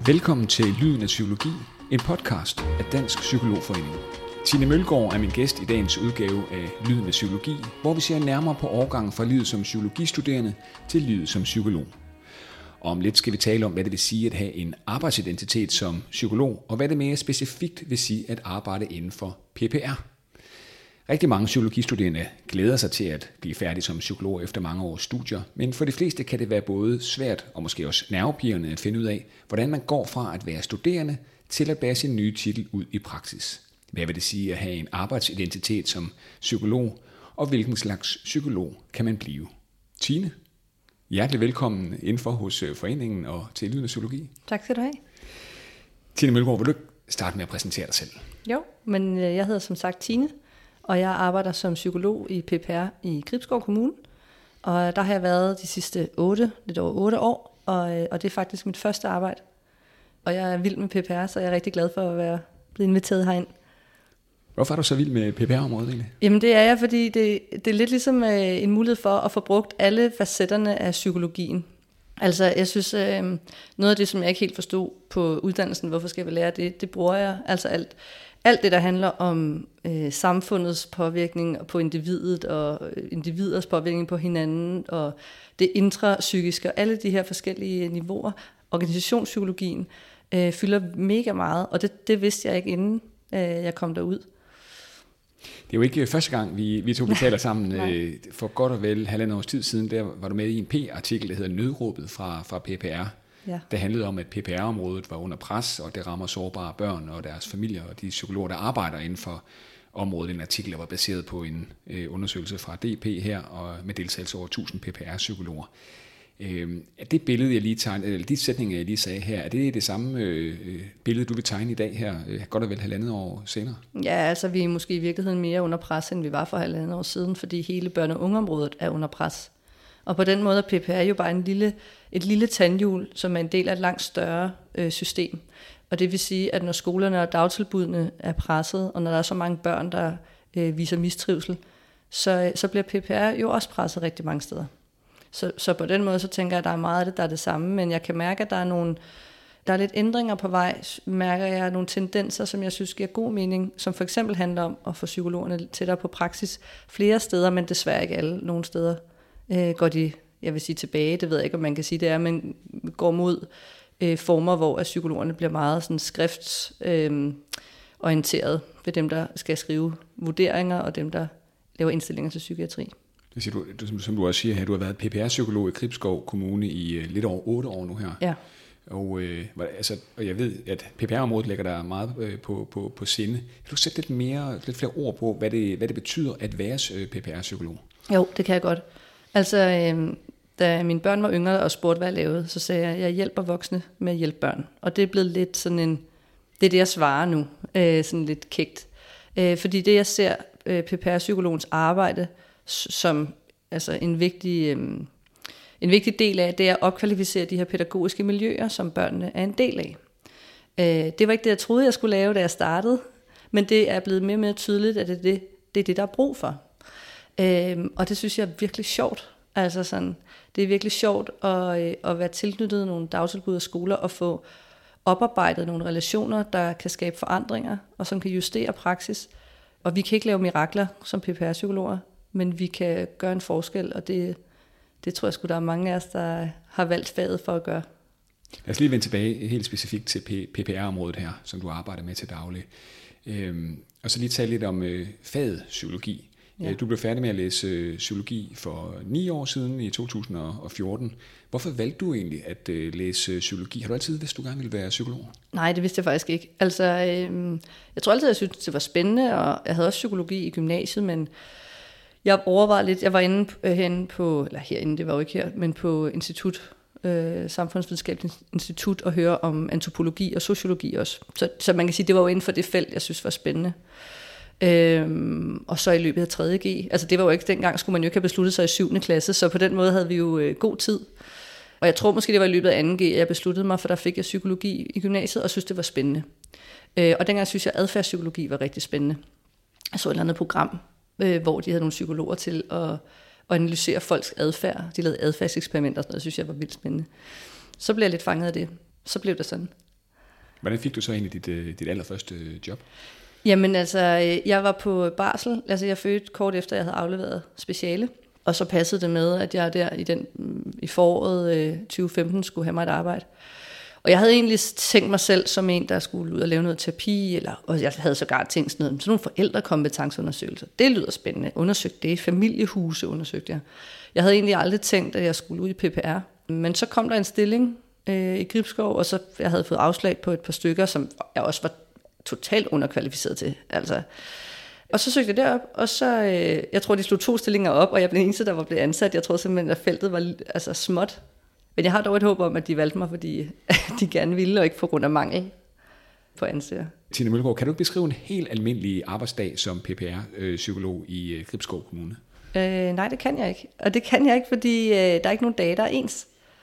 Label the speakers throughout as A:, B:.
A: Velkommen til Lyden af Psykologi, en podcast af Dansk Psykologforening. Tine Mølgaard er min gæst i dagens udgave af Lyden af Psykologi, hvor vi ser nærmere på overgangen fra livet som psykologistuderende til livet som psykolog. Og om lidt skal vi tale om, hvad det vil sige at have en arbejdsidentitet som psykolog, og hvad det mere specifikt vil sige at arbejde inden for PPR. Rigtig mange psykologistuderende glæder sig til at blive færdige som psykolog efter mange års studier, men for de fleste kan det være både svært og måske også nervepirrende at finde ud af, hvordan man går fra at være studerende til at bære sin nye titel ud i praksis. Hvad vil det sige at have en arbejdsidentitet som psykolog, og hvilken slags psykolog kan man blive? Tine, hjertelig velkommen indenfor hos foreningen og til Lyden af Psykologi.
B: Tak skal du have.
A: Tine Mølgaard, vil du starte med at præsentere dig selv?
B: Jo, men jeg hedder som sagt Tine, og jeg arbejder som psykolog i PPR i Gribskov Kommune. Og der har jeg været de sidste lidt over 8 år, og det er faktisk mit første arbejde. Og jeg er vild med PPR, så jeg er rigtig glad for at være blevet inviteret herind.
A: Hvorfor er du så vild med PPR-området egentlig?
B: Jamen det er jeg, fordi det er lidt ligesom en mulighed for at få brugt alle facetterne af psykologien. Altså jeg synes, noget af det, som jeg ikke helt forstod på uddannelsen, hvorfor skal vi lære det bruger jeg. Altså alt det, der handler om samfundets påvirkning på individet, og individers påvirkning på hinanden, og det intrapsykiske, og alle de her forskellige niveauer. Organisationspsykologien fylder mega meget, og det vidste jeg ikke, inden jeg kom derud.
A: Det er jo ikke første gang, vi to taler sammen. For godt og vel 1,5 års tid siden, der var du med i en P-artikel, der hedder Nødråbet fra PPR. Ja. Det handlede om, at PPR-området var under pres, og det rammer sårbare børn og deres familier, og de psykologer, der arbejder inden for området. En artikel, der var baseret på en undersøgelse fra DP her, og med deltagelse over 1000 PPR-psykologer. Er det billede, jeg lige tegnede, eller de sætninger, jeg lige sagde her, er det samme billede, du vil tegne i dag her, godt og vel 1,5 år senere? Ja,
B: altså vi er måske i virkeligheden mere under pres, end vi var for 1,5 år siden, fordi hele børne- og ungeområdet er under pres. Og på den måde er PPR jo bare et lille tandhjul, som er en del af et langt større system. Og det vil sige, at når skolerne og dagtilbudene er presset, og når der er så mange børn, der viser mistrivsel, så bliver PPR jo også presset rigtig mange steder. Så på den måde, så tænker jeg, at der er meget af det, der er det samme, men jeg kan mærke, at der er lidt ændringer på vej, mærker jeg nogle tendenser, som jeg synes giver god mening, som for eksempel handler om at få psykologerne tættere på praksis flere steder, men desværre ikke alle. Nogle steder går de, jeg vil sige tilbage, det ved jeg ikke, om man kan sige det er, men går mod former, hvor psykologerne bliver meget sådan skriftsorienteret ved dem, der skal skrive vurderinger, og dem, der laver indstillinger til psykiatri.
A: Det siger du, som du også siger her, du har været PPR-psykolog i Gribskov Kommune i lidt over 8 år nu her. Ja. Og jeg ved, at PPR-området ligger der meget på sinde. Kan du sætte lidt flere ord på, hvad det betyder at være PPR-psykolog?
B: Jo, det kan jeg godt. Altså, da mine børn var yngre og spurgte, hvad jeg lavede, så sagde jeg, at jeg hjælper voksne med at hjælpe børn. Og det er blevet lidt sådan det er det, jeg svarer nu, sådan lidt kægt. Fordi det, jeg ser PPR-psykologens arbejde som altså en vigtig del af, det er at opkvalificere de her pædagogiske miljøer, som børnene er en del af. Det var ikke det, jeg troede, jeg skulle lave, da jeg startede, men det er blevet mere og mere tydeligt, at det er det, der er brug for. Og det synes jeg er virkelig sjovt. Altså sådan, det er virkelig sjovt at være tilknyttet nogle dagtilbud og skoler og få oparbejdet nogle relationer, der kan skabe forandringer og som kan justere praksis. Og vi kan ikke lave mirakler som PPR-psykologer, men vi kan gøre en forskel, og det tror jeg sgu, der er mange af os, der har valgt faget for at gøre.
A: Lad os lige vende tilbage helt specifikt til PPR-området her, som du arbejder med til daglig. Og så lige tale lidt om faget psykologi. Ja. Du blev færdig med at læse psykologi for 9 år siden i 2014. Hvorfor valgte du egentlig at læse psykologi? Har du altid vidst, du gerne ville være psykolog?
B: Nej, det vidste jeg faktisk ikke. Altså, jeg tror altid, jeg syntes, det var spændende, og jeg havde også psykologi i gymnasiet, men jeg overvejede lidt. Jeg var herinde, det var jo ikke her, men på Samfundsvidenskabeligt Institut og høre om antropologi og sociologi også. Så man kan sige, det var jo inden for det felt, jeg synes var spændende. Og så i løbet af 3.G, altså det var jo ikke dengang, skulle man jo ikke have besluttet sig i 7. klasse, så på den måde havde vi jo god tid. Og jeg tror måske, det var i løbet af 2.G, jeg besluttede mig, for der fik jeg psykologi i gymnasiet, og synes det var spændende. Og dengang synes jeg, at adfærdspsykologi var rigtig spændende. Jeg så et eller andet program, hvor de havde nogle psykologer til at analysere folks adfærd. De lavede adfærdseksperimenter og sådan noget, synes jeg var vildt spændende. Så blev jeg lidt fanget af det. Så blev det sådan.
A: Hvordan fik du så egentlig dit allerførste job?
B: Jamen altså, jeg var på barsel. Altså jeg fødte kort efter, jeg havde afleveret speciale. Og så passede det med, at jeg der i foråret 2015 skulle have mig et arbejde. Og jeg havde egentlig tænkt mig selv som en, der skulle ud og lave noget terapi, og jeg havde sågar tænkt sådan nogle forældrekompetenceundersøgelser. Det lyder spændende. Undersøgte det. Familiehuse undersøgte jeg. Jeg havde egentlig aldrig tænkt, at jeg skulle ud i PPR. Men så kom der en stilling i Gribskov, og så jeg havde fået afslag på et par stykker, som jeg også var totalt underkvalificeret til. Altså. Og så søgte jeg derop, og så, jeg tror, de slog 2 stillinger op, og jeg blev den eneste, der var blevet ansat. Jeg tror simpelthen, at feltet var småt. Men jeg har dog et håb om, at de valgte mig, fordi de gerne ville, og ikke på grund af mangel på ansøgere.
A: Tine Mølgaard, kan du beskrive en helt almindelig arbejdsdag som PPR-psykolog i Gribskov Kommune?
B: Nej, det kan jeg ikke. Og det kan jeg ikke, fordi der er ikke nogen dage, der er ens.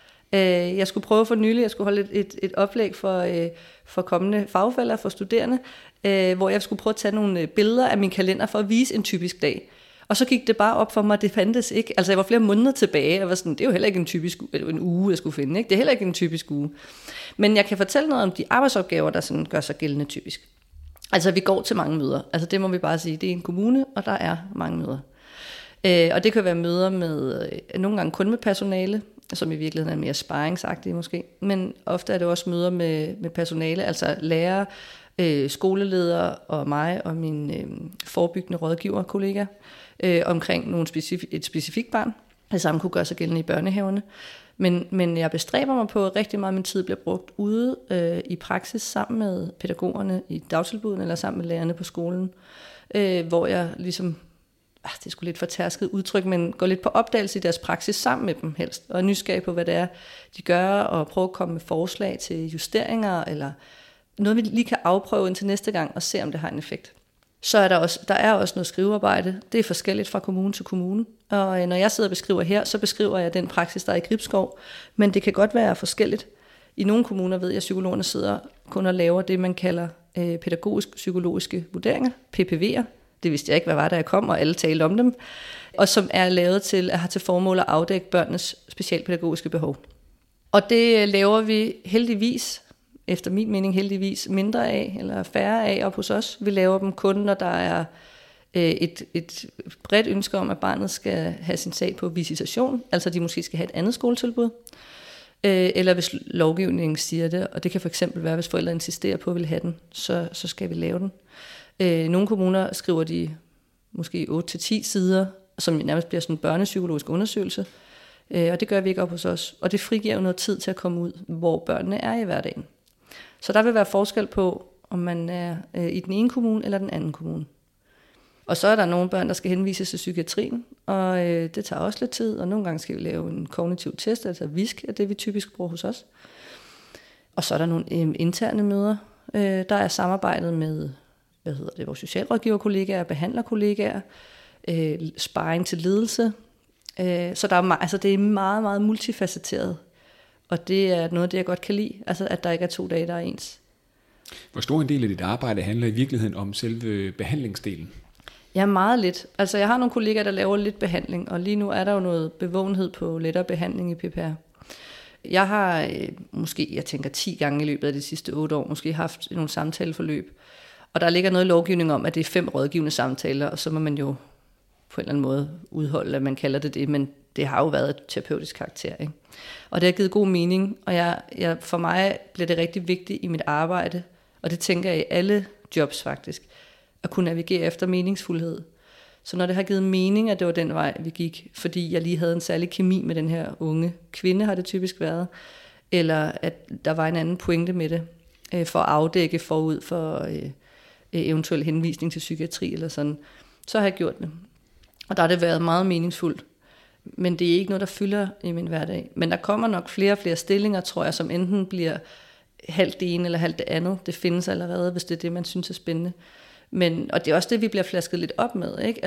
B: Jeg skulle prøve for nylig, jeg skulle holde et oplæg for kommende fagfælder, for studerende, hvor jeg skulle prøve at tage nogle billeder af min kalender for at vise en typisk dag. Og så gik det bare op for mig, at det fandtes ikke. Altså jeg var flere måneder tilbage, og var sådan, det er jo heller ikke en typisk en uge, jeg skulle finde. Ikke? Det er heller ikke en typisk uge. Men jeg kan fortælle noget om de arbejdsopgaver, der sådan gør sig gældende typisk. Altså vi går til mange møder. Altså det må vi bare sige, det er en kommune, og der er mange møder. Og det kan være møder med nogle gange kun med personale, som i virkeligheden er mere sparringsagtige måske. Men ofte er det også møder med personale, altså lærere, skoleledere og mig og min forebyggende rådgiverkollega omkring et specifikt barn. Det samme kunne gøre sig gældende i børnehaverne. Men jeg bestræber mig på, at rigtig meget af min tid bliver brugt ude i praksis sammen med pædagogerne i dagtilbudene eller sammen med lærerne på skolen, hvor jeg ligesom, det er sgu lidt fortærsket udtryk, men går lidt på opdagelse i deres praksis sammen med dem helst, og er nysgerrig på, hvad det er, de gør, og prøve at komme med forslag til justeringer, eller noget, vi lige kan afprøve indtil næste gang, og se, om det har en effekt. Så er der er også noget skrivearbejde. Det er forskelligt fra kommune til kommune. Og når jeg sidder og beskriver her, så beskriver jeg den praksis, der er i Gribskov. Men det kan godt være forskelligt. I nogle kommuner ved jeg, at psykologerne sidder kun og laver det, man kalder pædagogisk-psykologiske vurderinger, PPV'er. Det vidste jeg ikke, hvad var der jeg kom, og alle talte om dem. Og som er lavet til at have til formål at afdække børnenes specialpædagogiske behov. Og det laver vi heldigvis, efter min mening heldigvis, mindre af, eller færre af op hos os. Vi laver dem kun, når der er et bredt ønske om, at barnet skal have sin sag på visitation, altså de måske skal have et andet skoletilbud, eller hvis lovgivningen siger det, og det kan for eksempel være, hvis forældre insisterer på at vil have den, så skal vi lave den. Nogle kommuner skriver de måske 8-10 sider, som nærmest bliver sådan en børnepsykologisk undersøgelse, og det gør vi ikke op hos os, og det frigiver jo noget tid til at komme ud, hvor børnene er i hverdagen. Så der vil være forskel på, om man er i den ene kommune eller den anden kommune. Og så er der nogle børn, der skal henvises til psykiatrien, og det tager også lidt tid, og nogle gange skal vi lave en kognitiv test, altså VISK er det, vi typisk bruger hos os. Og så er der nogle interne møder. Der er samarbejdet med vores socialrådgiverkollegaer, behandlerkollegaer, sparring til ledelse. Så der er, det er meget, meget multifacetteret. Og det er noget af det, jeg godt kan lide, altså at der ikke er 2 dage, der er ens.
A: Hvor stor en del af dit arbejde handler i virkeligheden om selve behandlingsdelen?
B: Ja, meget lidt. Altså jeg har nogle kollegaer, der laver lidt behandling, og lige nu er der jo noget bevågenhed på lettere behandling i PPR. Jeg har måske, jeg tænker 10 gange i løbet af de sidste 8 år, måske haft nogle samtaleforløb, og der ligger noget lovgivning om, at det er 5 rådgivende samtaler, og så må man jo på en eller anden måde udholde, at man kalder det, men det har jo været et terapeutisk karakter, ikke? Og det har givet god mening, og for mig bliver det rigtig vigtigt i mit arbejde, og det tænker jeg i alle jobs faktisk, at kunne navigere efter meningsfuldhed. Så når det har givet mening, at det var den vej, vi gik, fordi jeg lige havde en særlig kemi med den her unge kvinde, har det typisk været, eller at der var en anden pointe med det, for at afdække forud for eventuel henvisning til psykiatri eller sådan, så har jeg gjort det. Og der har det været meget meningsfuldt. Men det er ikke noget, der fylder i min hverdag. Men der kommer nok flere og flere stillinger, tror jeg, som enten bliver halvt det ene eller halvt det andet. Det findes allerede, hvis det er det, man synes er spændende. Og det er også det, vi bliver flasket lidt op med, ikke?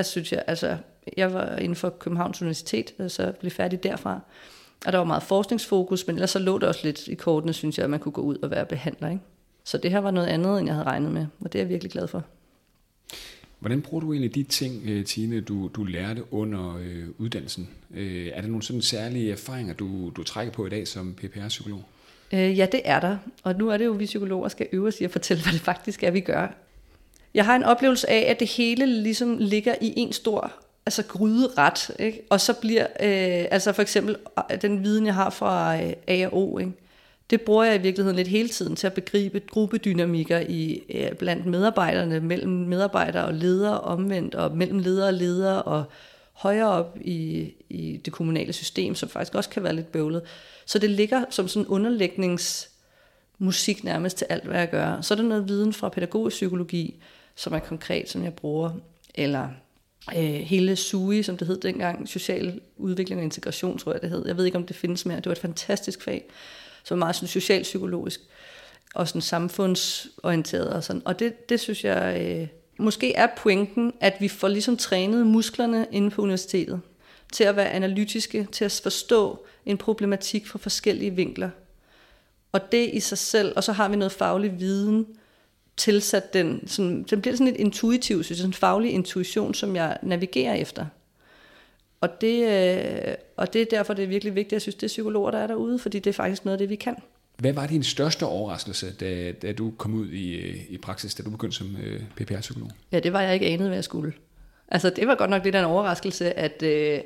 B: Jeg var inden for Københavns Universitet, så blev færdig derfra. Og der var meget forskningsfokus, men ellers så lå det også lidt i kortene, synes jeg, at man kunne gå ud og være behandler, ikke? Så det her var noget andet, end jeg havde regnet med, og det er jeg virkelig glad for.
A: Hvordan bruger du egentlig de ting, Tine, du lærte under uddannelsen? Er der nogle sådan særlige erfaringer, du trækker på i dag som PPR-psykolog?
B: Ja, det er der. Og nu er det jo, vi psykologer skal øve os i at fortælle, hvad det faktisk er, vi gør. Jeg har en oplevelse af, at det hele ligesom ligger i en stor gryderet, ikke? Og så bliver, for eksempel den viden, jeg har fra A&O, ikke? Det bruger jeg i virkeligheden lidt hele tiden til at begribe gruppedynamikker blandt medarbejderne, mellem medarbejdere og ledere omvendt, og mellem ledere og ledere, og højere op i det kommunale system, som faktisk også kan være lidt bøvlet. Så det ligger som sådan underlægningsmusik nærmest til alt, hvad jeg gør. Så er der noget viden fra pædagogisk psykologi, som er konkret, som jeg bruger, eller hele SUI, som det hed dengang, social udvikling og integration, tror jeg det hed. Jeg ved ikke, om det findes mere. Det var et fantastisk fag, som var meget sådan socialpsykologisk, og sådan samfundsorienteret og sådan. Og det synes jeg, måske er pointen, at vi får ligesom trænet musklerne inde på universitetet, til at være analytiske, til at forstå en problematik fra forskellige vinkler. Og det i sig selv, og så har vi noget faglig viden, tilsat den bliver sådan lidt intuitiv, så sådan en faglig intuition, som jeg navigerer efter. Og det er derfor, det er virkelig vigtigt, jeg synes, det er psykologer, der er derude, fordi det er faktisk noget af det, vi kan.
A: Hvad var din største overraskelse, da du kom ud i praksis, da du begyndte som PPR-psykolog?
B: Ja, det var jeg ikke anet, hvad jeg skulle. Altså, det var godt nok lidt af en overraskelse, at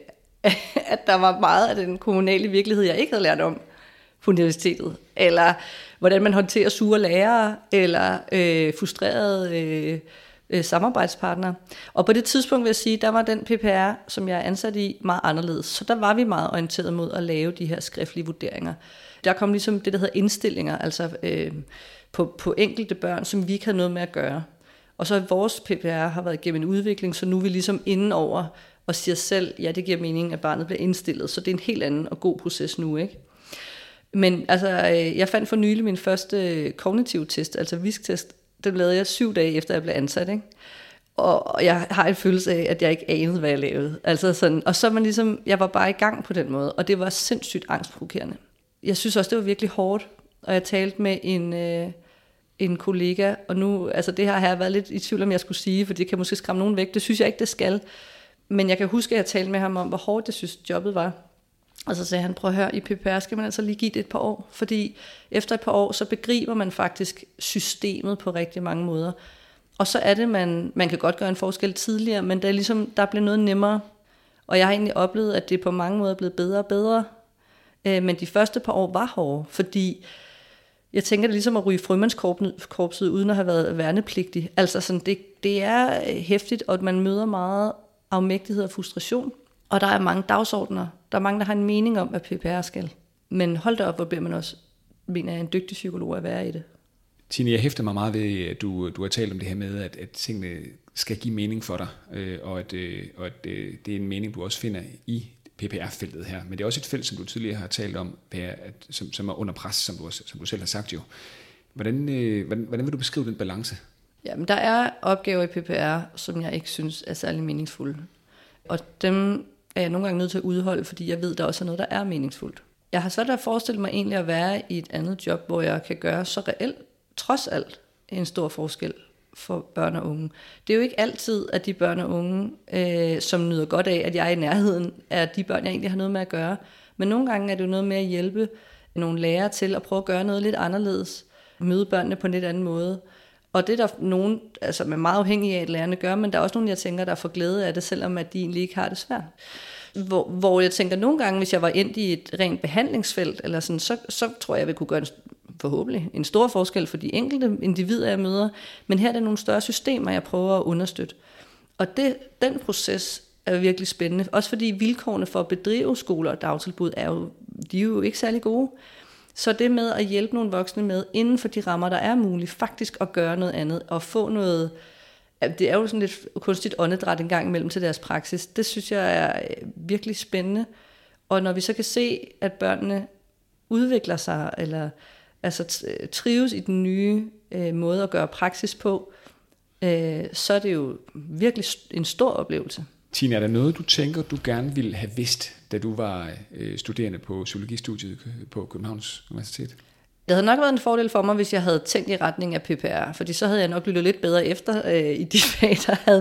B: der var meget af den kommunale virkelighed, jeg ikke havde lært om på universitetet. Eller hvordan man håndterer sure lærere, eller frustrerede samarbejdspartnere. Og på det tidspunkt vil jeg sige, der var den PPR, som jeg er ansat i, meget anderledes. Så der var vi meget orienteret mod at lave de her skriftlige vurderinger. Der kom ligesom det, der hedder indstillinger, altså på enkelte børn, som vi ikke havde noget med at gøre. Og så vores PPR har været igennem en udvikling, så nu er vi ligesom inden over og siger selv, ja, det giver mening, at barnet bliver indstillet. Så det er en helt anden og god proces nu, ikke? Men altså, jeg fandt for nylig min første kognitive test, altså VISC-test. Den lavede jeg 7 dage efter, jeg blev ansat, ikke? Og jeg har en følelse af, at jeg ikke anede, hvad jeg lavede. Altså sådan, og så man ligesom, jeg var bare i gang på den måde, og det var sindssygt angstprovokerende. Jeg synes også, det var virkelig hårdt, og jeg talte med en kollega, og nu, altså det her har jeg været lidt i tvivl om, jeg skulle sige, for det kan måske skræmme nogen væk. Det synes jeg ikke, det skal. Men jeg kan huske, at jeg talte med ham om, hvor hårdt jeg synes, jobbet var. Og så sagde han, prøv at høre, i PPR skal man altså lige give det et par år, fordi efter et par år, så begriber man faktisk systemet på rigtig mange måder. Og så er det, man kan godt gøre en forskel tidligere, men det er ligesom, der bliver noget nemmere. Og jeg har egentlig oplevet, at det på mange måder er blevet bedre og bedre. Men de første par år var hårde, fordi jeg tænker, det er ligesom at ryge frømandskorpset uden at have været værnepligtig. Altså sådan, det er hæftigt, og man møder meget afmægtighed og frustration. Og der er mange dagsordner. Der er mange, der har en mening om, hvad PPR skal. Men hold da op, hvor bliver man også, mener jeg, en dygtig psykolog at være i det.
A: Tine, jeg hæfter mig meget ved, at du har talt om det her med, at tingene skal give mening for dig, og at det er en mening, du også finder i PPR-feltet her. Men det er også et felt, som du tidligere har talt om, som er under pres, som du selv har sagt jo. Hvordan vil du beskrive den balance?
B: Jamen, der er opgaver i PPR, som jeg ikke synes er særlig meningsfulde. Og dem er jeg nogle gange nødt til at udholde, fordi jeg ved, der også er noget, der er meningsfuldt. Jeg har svært ved at forestille mig egentlig at være i et andet job, hvor jeg kan gøre så reelt, trods alt, en stor forskel for børn og unge. Det er jo ikke altid, at de børn og unge, som nyder godt af, at jeg er i nærheden, er de børn, jeg egentlig har noget med at gøre. Men nogle gange er det jo noget med at hjælpe nogle lærere til at prøve at gøre noget lidt anderledes, møde børnene på en lidt anden måde. Og det er der nogen, altså man er meget afhængig af, at lærerne gør, men der er også nogen, jeg tænker, der får glæde af det, selvom at de egentlig ikke har det svært. Hvor jeg tænker, nogle gange, hvis jeg var endt i et rent behandlingsfelt, eller sådan, så tror jeg vil kunne gøre forhåbentlig en stor forskel for de enkelte individer, jeg møder. Men her er det nogle større systemer, jeg prøver at understøtte. Og den proces er virkelig spændende. Også fordi vilkårene for at bedrive skoler og dagtilbud de er jo ikke særlig gode. Så det med at hjælpe nogle voksne med, inden for de rammer, der er muligt, faktisk at gøre noget andet, og få noget, det er jo sådan lidt kunstigt åndedræt en gang imellem til deres praksis, det synes jeg er virkelig spændende. Og når vi så kan se, at børnene udvikler sig, eller altså trives i den nye måde at gøre praksis på, så er det jo virkelig en stor oplevelse.
A: Tine, er der noget, du tænker, du gerne ville have vidst, da du var studerende på psykologistudiet på Københavns Universitet?
B: Det havde nok været en fordel for mig, hvis jeg havde tænkt i retning af PPR, fordi så havde jeg nok lyttet lidt bedre efter i de fag, der havde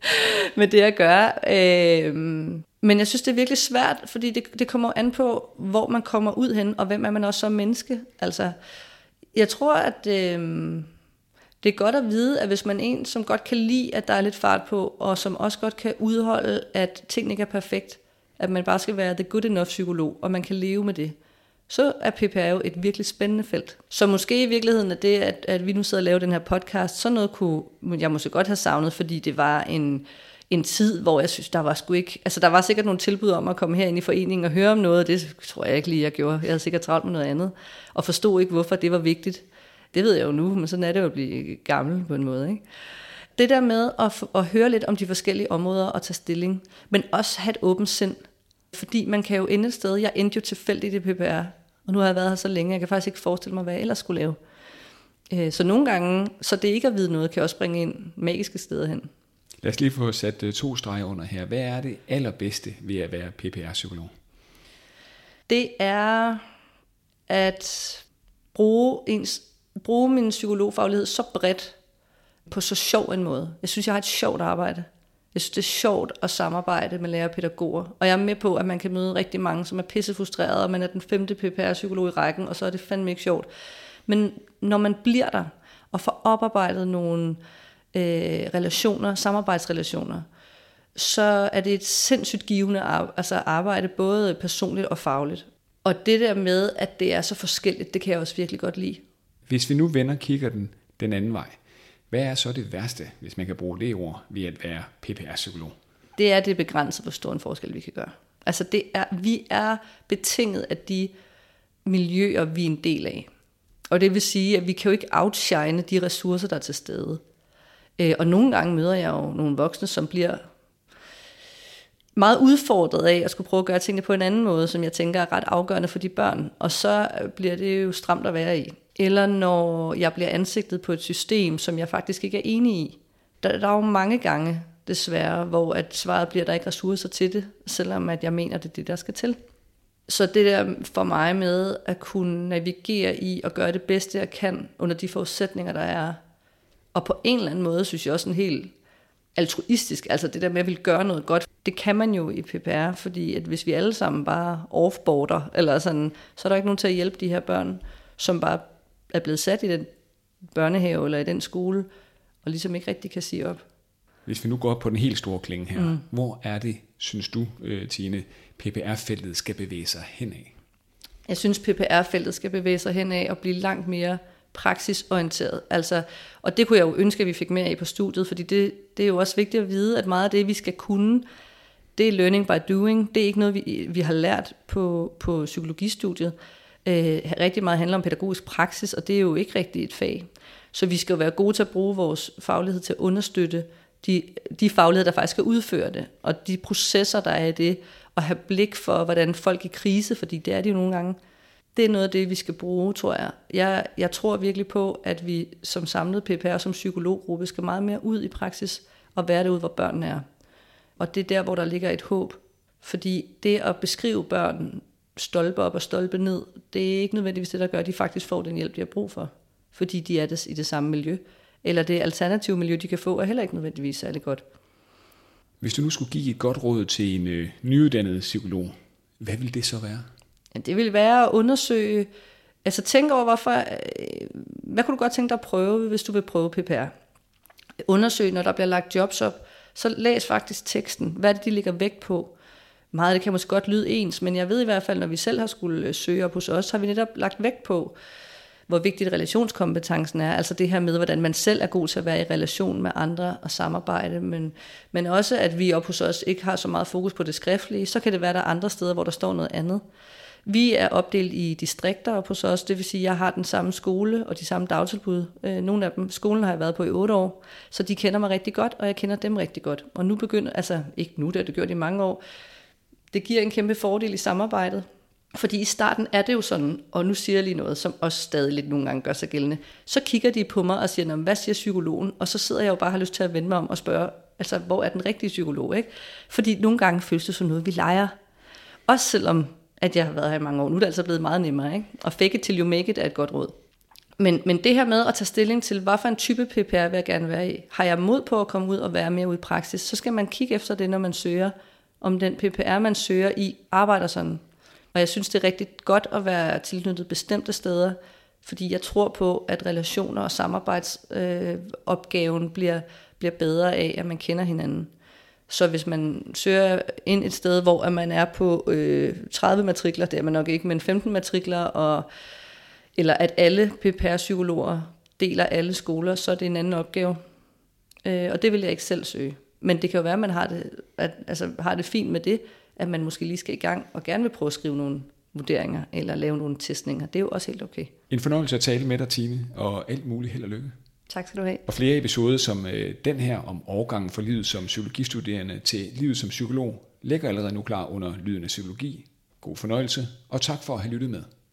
B: med det at gøre. Men jeg synes, det er virkelig svært, fordi det kommer an på, hvor man kommer ud hen, og hvem er man også som menneske. Altså, jeg tror, at det er godt at vide, at hvis man er en, som godt kan lide, at der er lidt fart på, og som også godt kan udholde, at tingene ikke er perfekt, at man bare skal være the good enough psykolog, og man kan leve med det, så er PPR jo et virkelig spændende felt. Så måske i virkeligheden er det, at vi nu sidder og laver den her podcast, så noget kunne jeg måske godt have savnet, fordi det var en tid, hvor jeg synes, der var sgu ikke... Altså, der var sikkert nogle tilbud om at komme herind i foreningen og høre om noget, det tror jeg ikke lige, jeg gjorde. Jeg havde sikkert travlt med noget andet, og forstod ikke, hvorfor det var vigtigt. Det ved jeg jo nu, men sådan er det jo at blive gammel på en måde, ikke? Det der med at høre lidt om de forskellige områder og tage stilling, men også have et åbent sind. Fordi man kan jo ende et sted, jeg endte jo tilfældigt i PPR, og nu har jeg været her så længe, jeg kan faktisk ikke forestille mig, hvad jeg ellers skulle lave. Så nogle gange, så det ikke at vide noget, kan også bringe ind magiske steder hen.
A: Lad os lige få sat 2 streger under her. Hvad er det allerbedste ved at være PPR-psykolog?
B: Det er at bruge min psykologfaglighed så bredt på så sjov en måde. Jeg synes, jeg har et sjovt arbejde. Jeg synes, det er sjovt at samarbejde med lærere og pædagoger. Og jeg er med på, at man kan møde rigtig mange, som er pissefrustrerede, og man er den 5. PPR-psykolog i rækken, og så er det fandme ikke sjovt. Men når man bliver der og får oparbejdet nogle relationer, samarbejdsrelationer, så er det et sindssygt givende arbejde, både personligt og fagligt. Og det der med, at det er så forskelligt, det kan jeg også virkelig godt lide.
A: Hvis vi nu kigger den anden vej, hvad er så det værste, hvis man kan bruge det ord, ved at være PPR-psykolog?
B: Det er det begrænset, hvor stor en forskel vi kan gøre. Altså vi er betinget af de miljøer, vi er en del af. Og det vil sige, at vi kan jo ikke outshine de ressourcer, der er til stede. Og nogle gange møder jeg jo nogle voksne, som bliver meget udfordret af at skulle prøve at gøre tingene på en anden måde, som jeg tænker er ret afgørende for de børn. Og så bliver det jo stramt at være i. Eller når jeg bliver ansigtet på et system, som jeg faktisk ikke er enig i. Der er jo mange gange, desværre, hvor at svaret bliver, at der ikke er ressourcer til det, selvom at jeg mener, det er det, der skal til. Så det der for mig med at kunne navigere i og gøre det bedste, jeg kan under de forudsætninger, der er. Og på en eller anden måde, synes jeg også en helt altruistisk, altså det der med at ville gøre noget godt, det kan man jo i PPR, fordi at hvis vi alle sammen bare offboarder, eller sådan, så er der ikke nogen til at hjælpe de her børn, som bare er blevet sat i den børnehave eller i den skole, og ligesom ikke rigtig kan sige op.
A: Hvis vi nu går op på den helt store klinge her, hvor er det, synes du, Tine, PPR-feltet skal bevæge sig henad?
B: Jeg synes, PPR-feltet skal bevæge sig henad og blive langt mere praksisorienteret. Altså, og det kunne jeg jo ønske, at vi fik mere af på studiet, fordi det er jo også vigtigt at vide, at meget af det, vi skal kunne, det er learning by doing. Det er ikke noget, vi har lært på psykologistudiet. Rigtig meget handler om pædagogisk praksis, og det er jo ikke rigtig et fag. Så vi skal jo være gode til at bruge vores faglighed til at understøtte de fagligheder, der faktisk skal udføre det, og de processer, der er i det, og have blik for, hvordan folk i krise, fordi det er de jo nogle gange. Det er noget af det, vi skal bruge, tror jeg. Jeg tror virkelig på, at vi som samlet PPR, som psykologgruppe, skal meget mere ud i praksis, og være derude, hvor børnene er. Og det er der, hvor der ligger et håb. Fordi det at beskrive børn stolpe op og stolpe ned, det er ikke nødvendigvis det, der gør, at de faktisk får den hjælp, de har brug for. Fordi de er i det samme miljø. Eller det alternative miljø, de kan få, er heller ikke nødvendigvis særlig godt.
A: Hvis du nu skulle give et godt råd til en nyuddannet psykolog, hvad vil det så være?
B: Ja, det vil være at undersøge, altså tænk over, hvad kunne du godt tænke dig at prøve, hvis du vil prøve PPR? Undersøg, når der bliver lagt jobs op, så læs faktisk teksten. Hvad er det, de ligger vægt på? Meget af det kan måske godt lyde ens, men jeg ved i hvert fald, når vi selv har skulle søge op hos os, har vi netop lagt vægt på, hvor vigtigt relationskompetencen er, altså det her med, hvordan man selv er god til at være i relation med andre og samarbejde, men også, at vi op hos os ikke har så meget fokus på det skriftlige, så kan det være, der er andre steder, hvor der står noget andet. Vi er opdelt i distrikter op hos os, det vil sige, at jeg har den samme skole og de samme dagtilbud. Nogle af dem, skolen har jeg været på i 8 år, så de kender mig rigtig godt, og jeg kender dem rigtig godt. Og nu begynder, altså ikke nu, det har det gjort i mange år, det giver en kæmpe fordel i samarbejdet. Fordi i starten er det jo sådan, og nu siger jeg lige noget, som også stadig lidt nogle gange gør sig gældende, så kigger de på mig og siger, hvad siger psykologen? Og så sidder jeg jo bare og har lyst til at vende mig om og spørge, altså hvor er den rigtige psykolog, ikke? Fordi nogle gange føles det som noget, vi leger. Også selvom, at jeg har været her i mange år, nu er det altså blevet meget nemmere, ikke? Og fake it till you make it er et godt råd. Men det her med at tage stilling til, hvad for en type PPR vil jeg gerne være i, har jeg mod på at komme ud og være mere ude i praksis, så skal man kigge efter det, når man søger, om den PPR, man søger i, arbejder sådan. Og jeg synes, det er rigtig godt at være tilknyttet bestemte steder, fordi jeg tror på, at relationer og samarbejdsopgaven bliver bedre af, at man kender hinanden. Så hvis man søger ind et sted, hvor man er på 30 matrikler, det er man nok ikke, men 15 matrikler, eller at alle PPR-psykologer deler alle skoler, så er det en anden opgave. Og det vil jeg ikke selv søge. Men det kan jo være, at man har det fint med det, at man måske lige skal i gang og gerne vil prøve at skrive nogle vurderinger eller lave nogle testninger. Det er jo også helt okay.
A: En fornøjelse at tale med dig, Tine, og alt muligt held og lykke.
B: Tak skal du have.
A: Og flere episoder som den her om overgangen fra livet som psykologistuderende til livet som psykolog ligger allerede nu klar under Lyden af Psykologi. God fornøjelse, og tak for at have lyttet med.